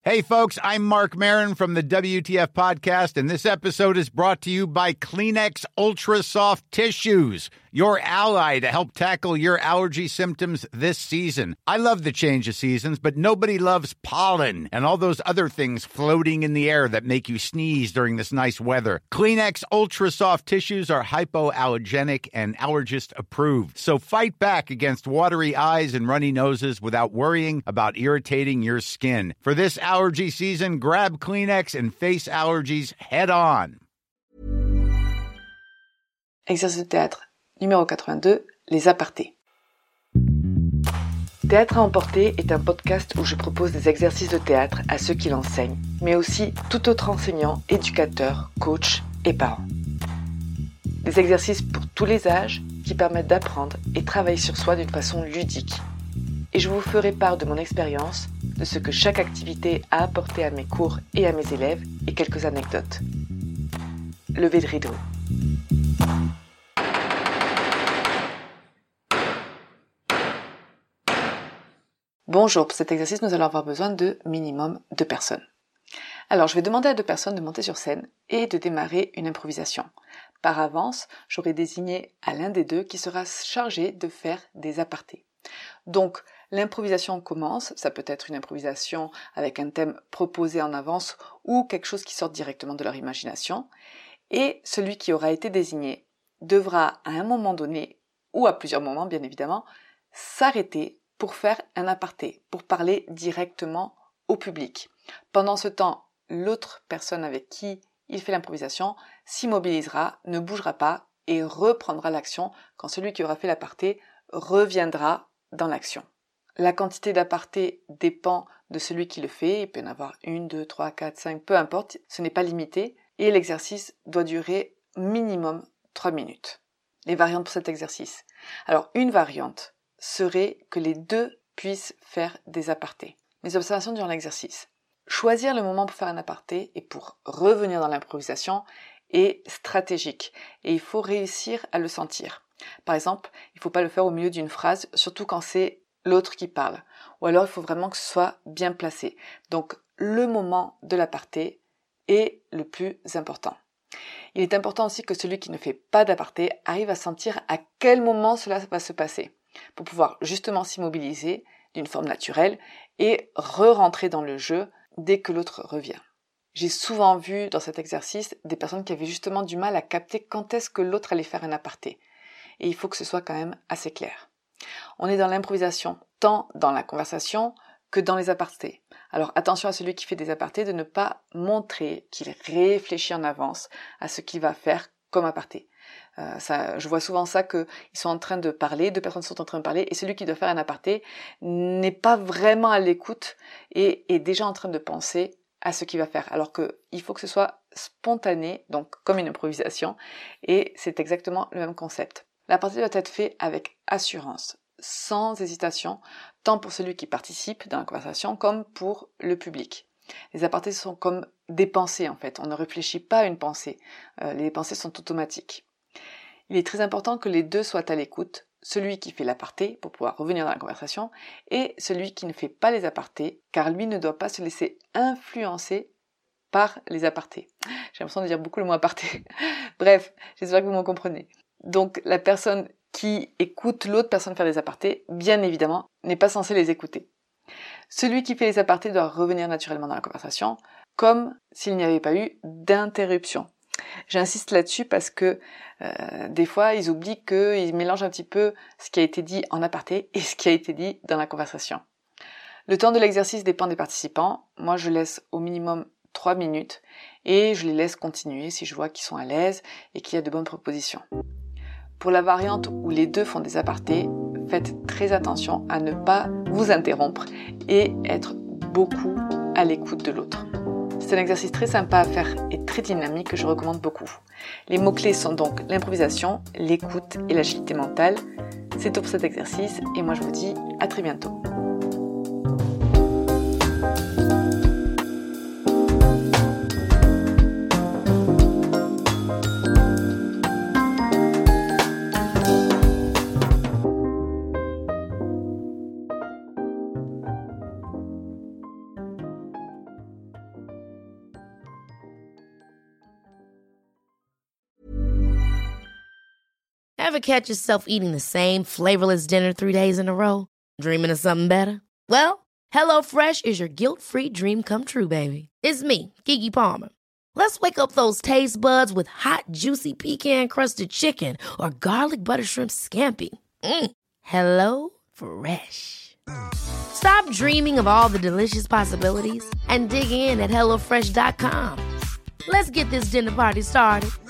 Hey, folks, I'm Mark Maron from the WTF Podcast, and this episode is brought to you by Kleenex Ultra Soft Tissues, your ally to help tackle your allergy symptoms this season. I love the change of seasons, but nobody loves pollen and all those other things floating in the air that make you sneeze during this nice weather. Kleenex Ultra Soft Tissues are hypoallergenic and allergist approved, so fight back against watery eyes and runny noses without worrying about irritating your skin. For this allergy season, grab Kleenex and face allergies head on. Exercice de théâtre numéro 82, les apartés. Théâtre à emporter est un podcast où je propose des exercices de théâtre à ceux qui l'enseignent, mais aussi tout autre enseignant, éducateur, coach et parent. Des exercices pour tous les âges qui permettent d'apprendre et travailler sur soi d'une façon ludique. Et je vous ferai part de mon expérience, de ce que chaque activité a apporté à mes cours et à mes élèves et quelques anecdotes. Levée de rideau. Bonjour, pour cet exercice, nous allons avoir besoin de minimum 2 personnes. Alors, je vais demander à 2 personnes de monter sur scène et de démarrer une improvisation. Par avance, j'aurai désigné à l'un des deux qui sera chargé de faire des apartés. Donc, l'improvisation commence, ça peut être une improvisation avec un thème proposé en avance ou quelque chose qui sort directement de leur imagination. Et celui qui aura été désigné devra à un moment donné, ou à plusieurs moments bien évidemment, s'arrêter pour faire un aparté, pour parler directement au public. Pendant ce temps, l'autre personne avec qui il fait l'improvisation s'immobilisera, ne bougera pas et reprendra l'action quand celui qui aura fait l'aparté reviendra dans l'action. La quantité d'apartés dépend de celui qui le fait, il peut y en avoir 1, 2, 3, 4, 5, peu importe, ce n'est pas limité et l'exercice doit durer minimum 3 minutes. Les variantes pour cet exercice. Alors, une variante serait que les deux puissent faire des apartés. Mes observations durant l'exercice. Choisir le moment pour faire un aparté et pour revenir dans l'improvisation est stratégique et il faut réussir à le sentir. Par exemple, il ne faut pas le faire au milieu d'une phrase, surtout quand c'est l'autre qui parle. Ou alors, il faut vraiment que ce soit bien placé. Donc, le moment de l'aparté est le plus important. Il est important aussi que celui qui ne fait pas d'aparté arrive à sentir à quel moment cela va se passer, pour pouvoir justement s'immobiliser d'une forme naturelle et re-rentrer dans le jeu dès que l'autre revient. J'ai souvent vu dans cet exercice des personnes qui avaient justement du mal à capter quand est-ce que l'autre allait faire un aparté. Et il faut que ce soit quand même assez clair. On est dans l'improvisation, tant dans la conversation que dans les apartés. Alors attention à celui qui fait des apartés de ne pas montrer qu'il réfléchit en avance à ce qu'il va faire comme aparté. Je vois souvent ça qu'ils sont en train de parler, 2 personnes sont en train de parler et celui qui doit faire un aparté n'est pas vraiment à l'écoute et est déjà en train de penser à ce qu'il va faire. Alors qu'il faut que ce soit spontané, donc comme une improvisation, et c'est exactement le même concept. L'aparté doit être fait avec assurance, sans hésitation, tant pour celui qui participe dans la conversation comme pour le public. Les apartés sont comme des pensées en fait, on ne réfléchit pas à une pensée, les pensées sont automatiques. Il est très important que les deux soient à l'écoute, celui qui fait l'aparté pour pouvoir revenir dans la conversation et celui qui ne fait pas les apartés car lui ne doit pas se laisser influencer par les apartés. J'ai l'impression de dire beaucoup le mot aparté. Bref, j'espère que vous m'en comprenez. Donc la personne qui écoute l'autre personne faire des apartés, bien évidemment, n'est pas censée les écouter. Celui qui fait les apartés doit revenir naturellement dans la conversation, comme s'il n'y avait pas eu d'interruption. J'insiste là-dessus parce que des fois, ils oublient qu'ils mélangent un petit peu ce qui a été dit en aparté et ce qui a été dit dans la conversation. Le temps de l'exercice dépend des participants. Moi, je laisse au minimum 3 minutes et je les laisse continuer si je vois qu'ils sont à l'aise et qu'il y a de bonnes propositions. Pour la variante où les deux font des apartés, faites très attention à ne pas vous interrompre et être beaucoup à l'écoute de l'autre. C'est un exercice très sympa à faire et très dynamique que je recommande beaucoup. Les mots-clés sont donc l'improvisation, l'écoute et l'agilité mentale. C'est tout pour cet exercice et moi je vous dis à très bientôt. Ever catch yourself eating the same flavorless dinner 3 days in a row? Dreaming of something better? Well, HelloFresh is your guilt-free dream come true, baby. It's me, Keke Palmer. Let's wake up those taste buds with hot, juicy pecan-crusted chicken or garlic butter shrimp scampi. Hello Fresh. Stop dreaming of all the delicious possibilities and dig in at HelloFresh.com. Let's get this dinner party started.